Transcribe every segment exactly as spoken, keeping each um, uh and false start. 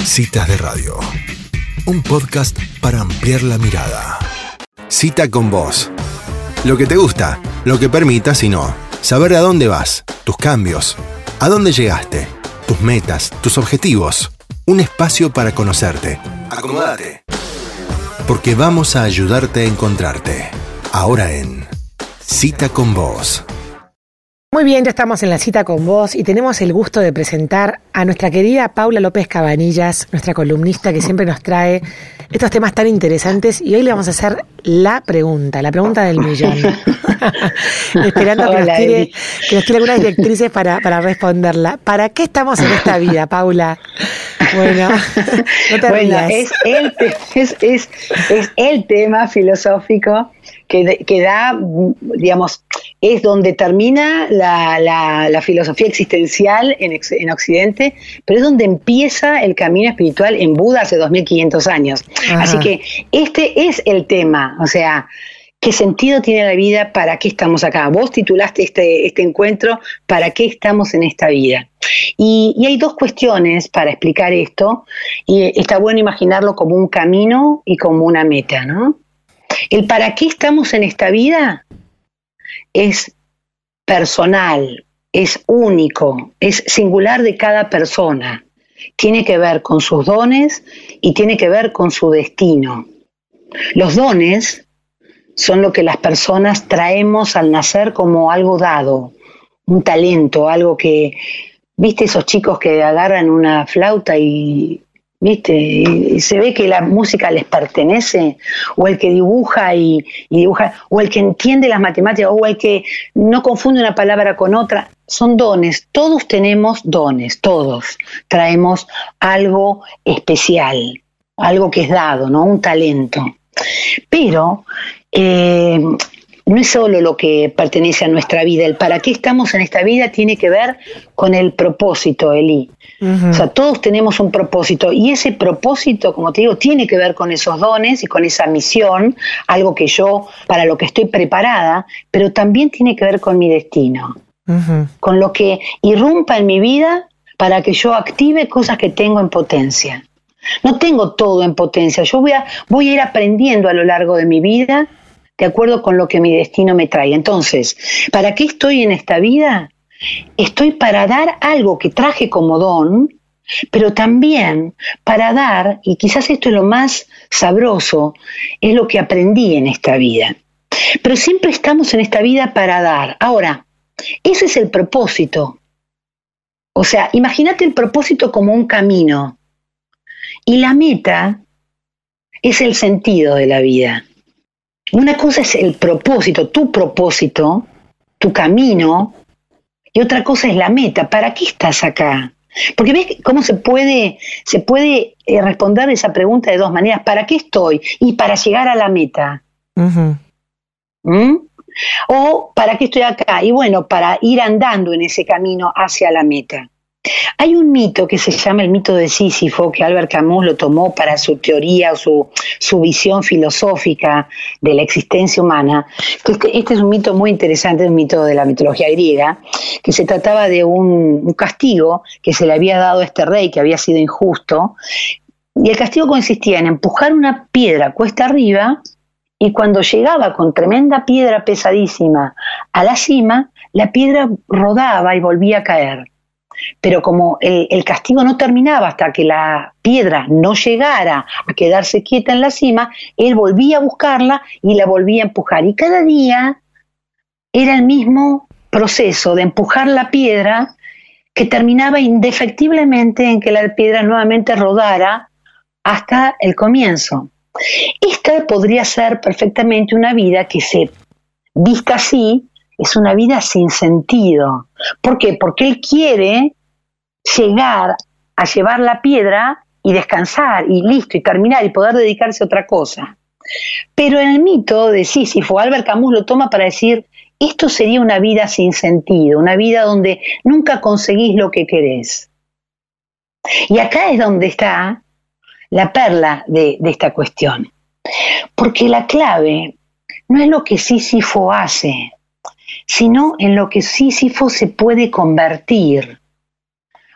Citas de Radio, un podcast para ampliar la mirada. Cita con vos. Lo que te gusta, lo que permitas y no. Saber a dónde vas, tus cambios, a dónde llegaste, tus metas, tus objetivos. Un espacio para conocerte. Acomódate. Porque vamos a ayudarte a encontrarte. Ahora en Cita con Vos. Muy bien, ya estamos en la Cita con Vos y tenemos el gusto de presentar a nuestra querida Paula López Cabanillas, nuestra columnista que siempre nos trae estos temas tan interesantes, y hoy le vamos a hacer la pregunta, la pregunta del millón. Esperando que, Hola, nos tire, que nos tire algunas directrices para, para responderla. ¿Para qué estamos en esta vida, Paula? Bueno, no te bueno es, el te- es, es, es el tema filosófico que, que da, digamos, es donde termina la, la, la filosofía existencial en, en Occidente, pero es donde empieza el camino espiritual en Buda hace dos mil quinientos años. Ajá. Así que este es el tema, o sea, ¿qué sentido tiene la vida? ¿Para qué estamos acá? Vos titulaste este, este encuentro, ¿para qué estamos en esta vida? Y, y hay dos cuestiones para explicar esto, y está bueno imaginarlo como un camino y como una meta, ¿no? El para qué estamos en esta vida es personal, es único, es singular de cada persona. Tiene que ver con sus dones y tiene que ver con su destino. Los dones son lo que las personas traemos al nacer como algo dado, un talento, algo que, ¿viste esos chicos que agarran una flauta y, viste, y se ve que la música les pertenece? O el que dibuja y, y dibuja, o el que entiende las matemáticas, o el que no confunde una palabra con otra. Son dones, todos tenemos dones, todos traemos algo especial, algo que es dado, ¿no? Un talento. Pero eh, no es solo lo que pertenece a nuestra vida, el para qué estamos en esta vida tiene que ver con el propósito, Eli. Uh-huh. O sea, todos tenemos un propósito, y ese propósito, como te digo, tiene que ver con esos dones y con esa misión, algo que yo, para lo que estoy preparada, pero también tiene que ver con mi destino, uh-huh. con lo que irrumpa en mi vida para que yo active cosas que tengo en potencia. No tengo todo en potencia, yo voy a, voy a ir aprendiendo a lo largo de mi vida de acuerdo con lo que mi destino me trae. Entonces, ¿para qué estoy en esta vida? Estoy para dar algo que traje como don, pero también para dar, y quizás esto es lo más sabroso, es lo que aprendí en esta vida. Pero siempre estamos en esta vida para dar. Ahora, ese es el propósito. O sea, imagínate el propósito como un camino. Y la meta es el sentido de la vida. Una cosa es el propósito, tu propósito, tu camino, y otra cosa es la meta. ¿Para qué estás acá? Porque ves cómo se puede, se puede responder esa pregunta de dos maneras. ¿Para qué estoy? Y para llegar a la meta. Uh-huh. ¿Mm? O ¿para qué estoy acá? Y bueno, para ir andando en ese camino hacia la meta. Hay un mito que se llama el mito de Sísifo, que Albert Camus lo tomó para su teoría o su, su visión filosófica de la existencia humana. Este, este es un mito muy interesante, un mito de la mitología griega, que se trataba de un, un castigo que se le había dado a este rey, que había sido injusto, y el castigo consistía en empujar una piedra cuesta arriba, y cuando llegaba con tremenda piedra pesadísima a la cima, la piedra rodaba y volvía a caer. Pero como el, el castigo no terminaba hasta que la piedra no llegara a quedarse quieta en la cima, él volvía a buscarla y la volvía a empujar. Y cada día era el mismo proceso de empujar la piedra, que terminaba indefectiblemente en que la piedra nuevamente rodara hasta el comienzo. Esta podría ser perfectamente una vida que, se vista así, es una vida sin sentido. ¿Por qué? Porque él quiere llegar a llevar la piedra y descansar y listo, y terminar y poder dedicarse a otra cosa. Pero en el mito de Sísifo, Albert Camus lo toma para decir, esto sería una vida sin sentido, una vida donde nunca conseguís lo que querés. Y acá es donde está la perla de, de esta cuestión. Porque la clave no es lo que Sísifo hace, sino en lo que Sísifo se puede convertir.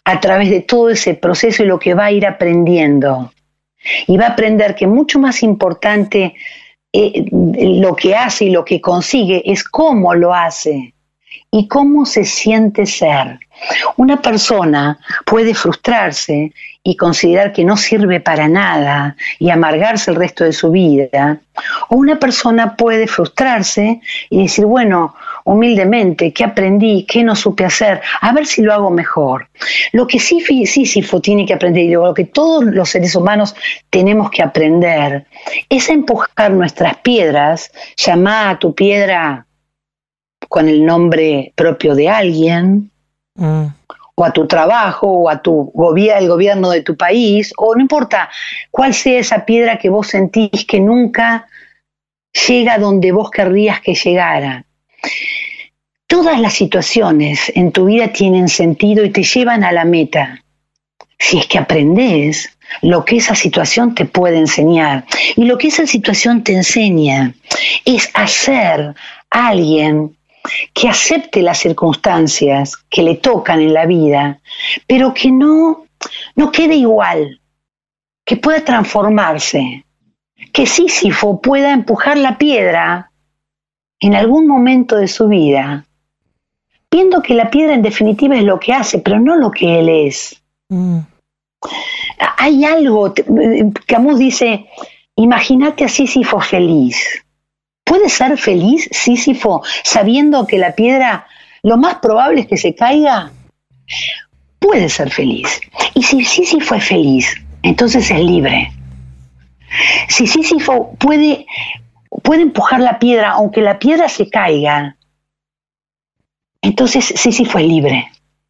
a través de todo ese proceso y lo que va a ir aprendiendo. Y va a aprender que mucho más importante eh, lo que hace y lo que consigue es cómo lo hace y cómo se siente ser. Una persona puede frustrarse y considerar que no sirve para nada y amargarse el resto de su vida, o una persona puede frustrarse y decir, bueno, humildemente, ¿qué aprendí? ¿Qué no supe hacer? A ver si lo hago mejor. Lo que sí Sísifo tiene que aprender, y lo que todos los seres humanos tenemos que aprender, es a empujar nuestras piedras. Llamá a tu piedra con el nombre propio de alguien, mm. o a tu trabajo, o a tu gobierno, el gobierno de tu país, o no importa cuál sea esa piedra que vos sentís que nunca llega donde vos querrías que llegara. Todas las situaciones en tu vida tienen sentido y te llevan a la meta, si es que aprendés lo que esa situación te puede enseñar. Y lo que esa situación te enseña es a ser alguien que acepte las circunstancias que le tocan en la vida, pero que no, no quede igual, que pueda transformarse, que Sísifo pueda empujar la piedra en algún momento de su vida, viendo que la piedra en definitiva es lo que hace, pero no lo que él es. Mm. Hay algo, Camus dice, imagínate a Sísifo feliz. ¿Puede ser feliz Sísifo sabiendo que la piedra lo más probable es que se caiga? Puede ser feliz. Y si Sísifo es feliz, entonces es libre. Si Sísifo puede, puede empujar la piedra aunque la piedra se caiga, entonces Sísifo es libre.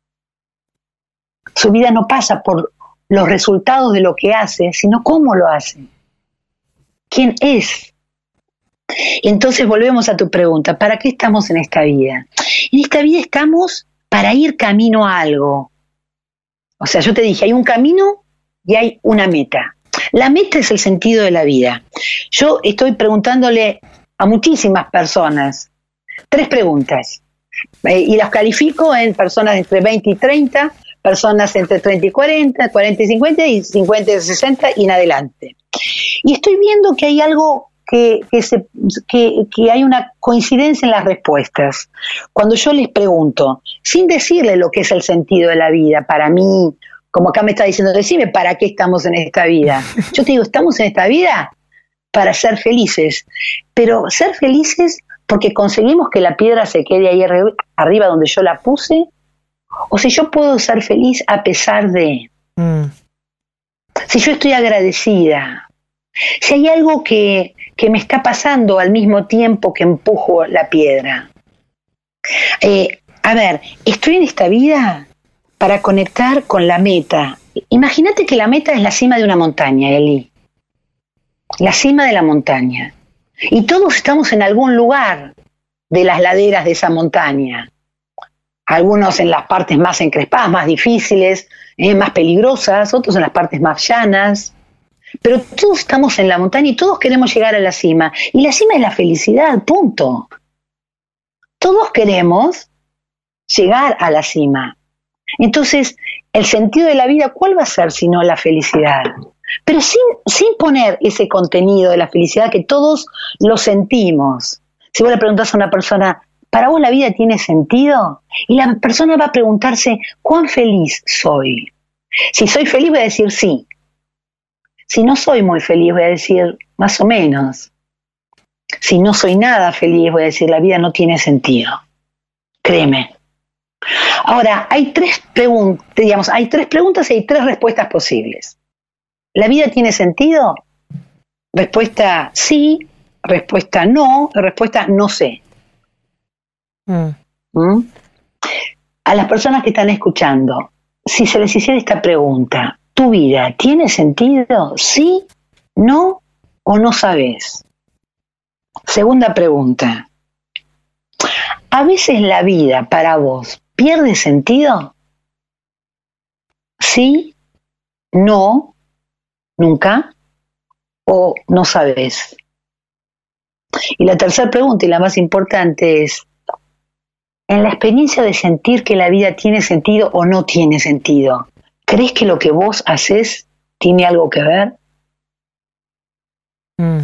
Su vida no pasa por los resultados de lo que hace, sino cómo lo hace. ¿Quién es? Entonces volvemos a tu pregunta, ¿para qué estamos en esta vida? En esta vida estamos para ir camino a algo. O sea, yo te dije, hay un camino y hay una meta. La meta es el sentido de la vida. Yo estoy preguntándole a muchísimas personas tres preguntas, eh, y las califico en personas entre veinte y treinta, personas entre treinta y cuarenta, cuarenta y cincuenta y cincuenta y sesenta y en adelante. Y estoy viendo que hay algo Que, que, se, que, que hay una coincidencia en las respuestas. Cuando yo les pregunto, sin decirle lo que es el sentido de la vida, para mí, como acá me está diciendo, decime, ¿para qué estamos en esta vida? Yo te digo, estamos en esta vida para ser felices, pero ser felices porque conseguimos que la piedra se quede ahí arriba donde yo la puse, o si yo puedo ser feliz a pesar de, mm. si yo estoy agradecida, si hay algo que, que me está pasando al mismo tiempo que empujo la piedra. Eh, a ver, estoy en esta vida para conectar con la meta. Imagínate que la meta es la cima de una montaña, Eli. La cima de la montaña. Y todos estamos en algún lugar de las laderas de esa montaña. Algunos en las partes más encrespadas, más difíciles, eh, más peligrosas, otros en las partes más llanas. Pero todos estamos en la montaña y todos queremos llegar a la cima. Y la cima es la felicidad, punto. Todos queremos llegar a la cima. Entonces, el sentido de la vida, ¿cuál va a ser sino la felicidad? Pero sin, sin poner ese contenido de la felicidad que todos lo sentimos. Si vos le preguntás a una persona, ¿para vos la vida tiene sentido? Y la persona va a preguntarse, ¿cuán feliz soy? Si soy feliz, voy a decir sí. Si no soy muy feliz, voy a decir más o menos. Si no soy nada feliz, voy a decir la vida no tiene sentido. Créeme. Ahora, hay tres preguntas, digamos, hay tres preguntas y hay tres respuestas posibles. ¿La vida tiene sentido? Respuesta sí, respuesta no, respuesta no sé. Mm. ¿Mm? A las personas que están escuchando, si se les hiciera esta pregunta, ¿tu vida tiene sentido? ¿Sí, no o no sabes? Segunda pregunta. ¿A veces la vida para vos pierde sentido? ¿Sí, no, nunca o no sabes? Y la tercera pregunta y la más importante es, en la experiencia de sentir que la vida tiene sentido o no tiene sentido, ¿crees que lo que vos haces tiene algo que ver? Mm.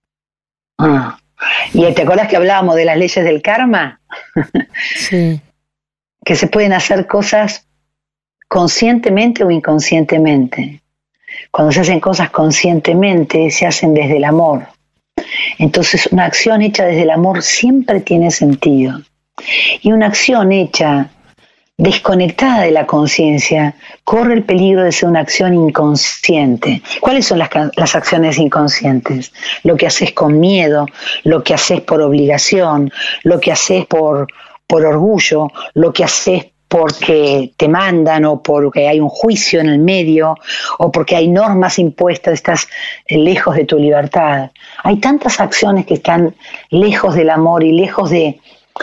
Ah. ¿Y te acuerdas que hablábamos de las leyes del karma? Sí. Que se pueden hacer cosas conscientemente o inconscientemente. Cuando se hacen cosas conscientemente, se hacen desde el amor. Entonces, una acción hecha desde el amor siempre tiene sentido. Y una acción hecha desconectada de la conciencia corre el peligro de ser una acción inconsciente. ¿Cuáles son las, las acciones inconscientes? Lo que haces con miedo, lo que haces por obligación, lo que haces por, por orgullo, lo que haces porque te mandan o porque hay un juicio en el medio o porque hay normas impuestas, estás lejos de tu libertad. Hay tantas acciones que están lejos del amor y lejos de,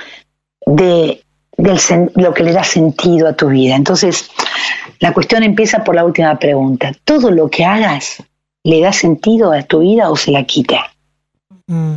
de del sen- lo que le da sentido a tu vida. Entonces, la cuestión empieza por la última pregunta. ¿Todo lo que hagas le da sentido a tu vida o se la quita? Mm.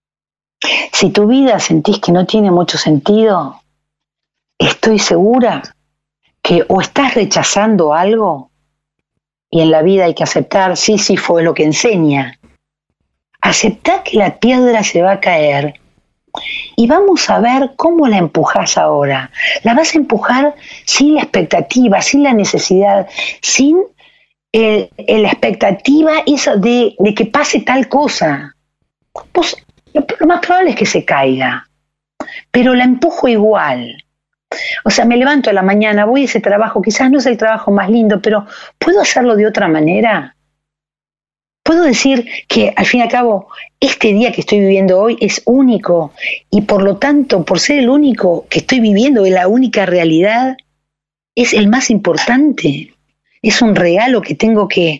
Si tu vida sentís que no tiene mucho sentido, estoy segura que o estás rechazando algo, y en la vida hay que aceptar, Sísifo es lo que enseña, aceptar que la piedra se va a caer y vamos a ver cómo la empujás ahora. La vas a empujar sin la expectativa, sin la necesidad, sin el, el la expectativa esa de, de que pase tal cosa. Pues, lo, lo más probable es que se caiga, pero la empujo igual. O sea, me levanto a la mañana, voy a ese trabajo, quizás no es el trabajo más lindo, pero ¿puedo hacerlo de otra manera? Puedo decir que, al fin y al cabo, este día que estoy viviendo hoy es único y, por lo tanto, por ser el único que estoy viviendo, es la única realidad, es el más importante. Es un regalo que tengo que,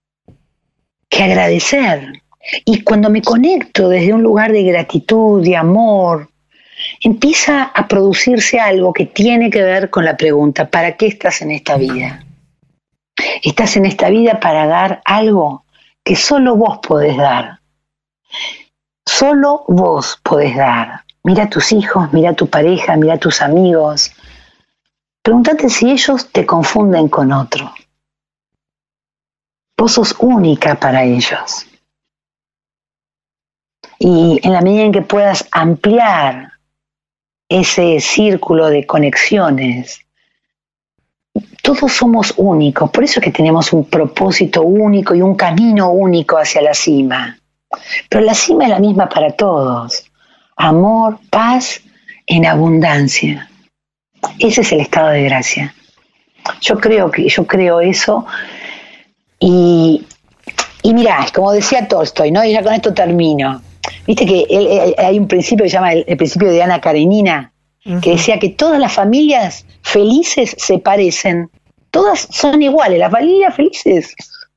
que agradecer. Y cuando me conecto desde un lugar de gratitud, de amor, empieza a producirse algo que tiene que ver con la pregunta, ¿para qué estás en esta vida? Estás en esta vida para dar algo que solo vos podés dar. Solo vos podés dar. Mira a tus hijos, mira a tu pareja, mira a tus amigos. Pregúntate si ellos te confunden con otro. Vos sos única para ellos. Y en la medida en que puedas ampliar ese círculo de conexiones, todos somos únicos, por eso es que tenemos un propósito único y un camino único hacia la cima. Pero la cima es la misma para todos. Amor, paz, en abundancia. Ese es el estado de gracia. Yo creo que yo creo eso. Y, y mirá, como decía Tolstoy, ¿no? Y ya con esto termino. Viste que él, él, hay un principio que se llama el, el principio de Ana Karenina, uh-huh, que decía que todas las familias felices se parecen. Todas son iguales, las familias felices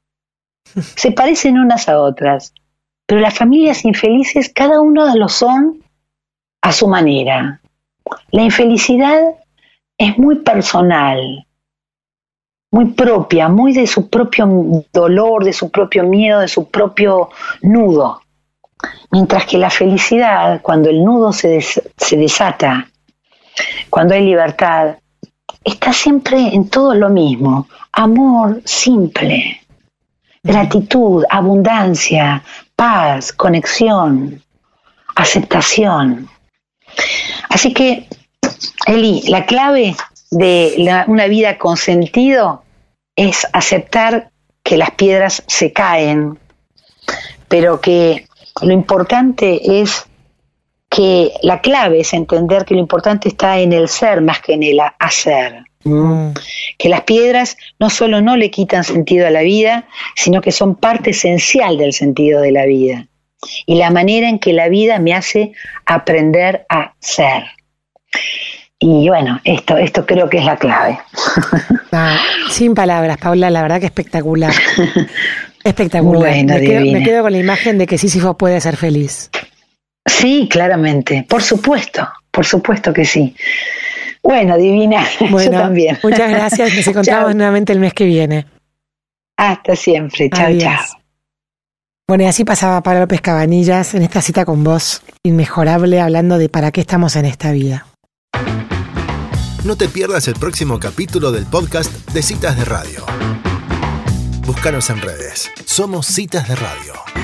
se parecen unas a otras, pero las familias infelices cada una lo son a su manera. La infelicidad es muy personal, muy propia, muy de su propio dolor, de su propio miedo, de su propio nudo. Mientras que la felicidad, cuando el nudo se, des- se desata, cuando hay libertad, está siempre en todo lo mismo. Amor simple, gratitud, abundancia, paz, conexión, aceptación. Así que, Eli, la clave de la, una vida con sentido es aceptar que las piedras se caen, pero que lo importante es que la clave es entender que lo importante está en el ser más que en el hacer. Mm. Que las piedras no solo no le quitan sentido a la vida, sino que son parte esencial del sentido de la vida. Y la manera en que la vida me hace aprender a ser. Y bueno, esto, esto creo que es la clave. Ah, sin palabras, Paula, la verdad que espectacular. Espectacular. Bueno, me, quedo, me quedo con la imagen de que Sísifo puede ser feliz. Sí, claramente, por supuesto, por supuesto que sí. Bueno, divina, bueno, yo también. Muchas gracias, nos encontramos nuevamente el mes que viene. Hasta siempre, chao, chao. Bueno, y así pasaba Paula López Cabanillas en esta cita con vos, inmejorable, hablando de para qué estamos en esta vida. No te pierdas el próximo capítulo del podcast de Citas de Radio. Búscanos en redes. Somos Citas de Radio.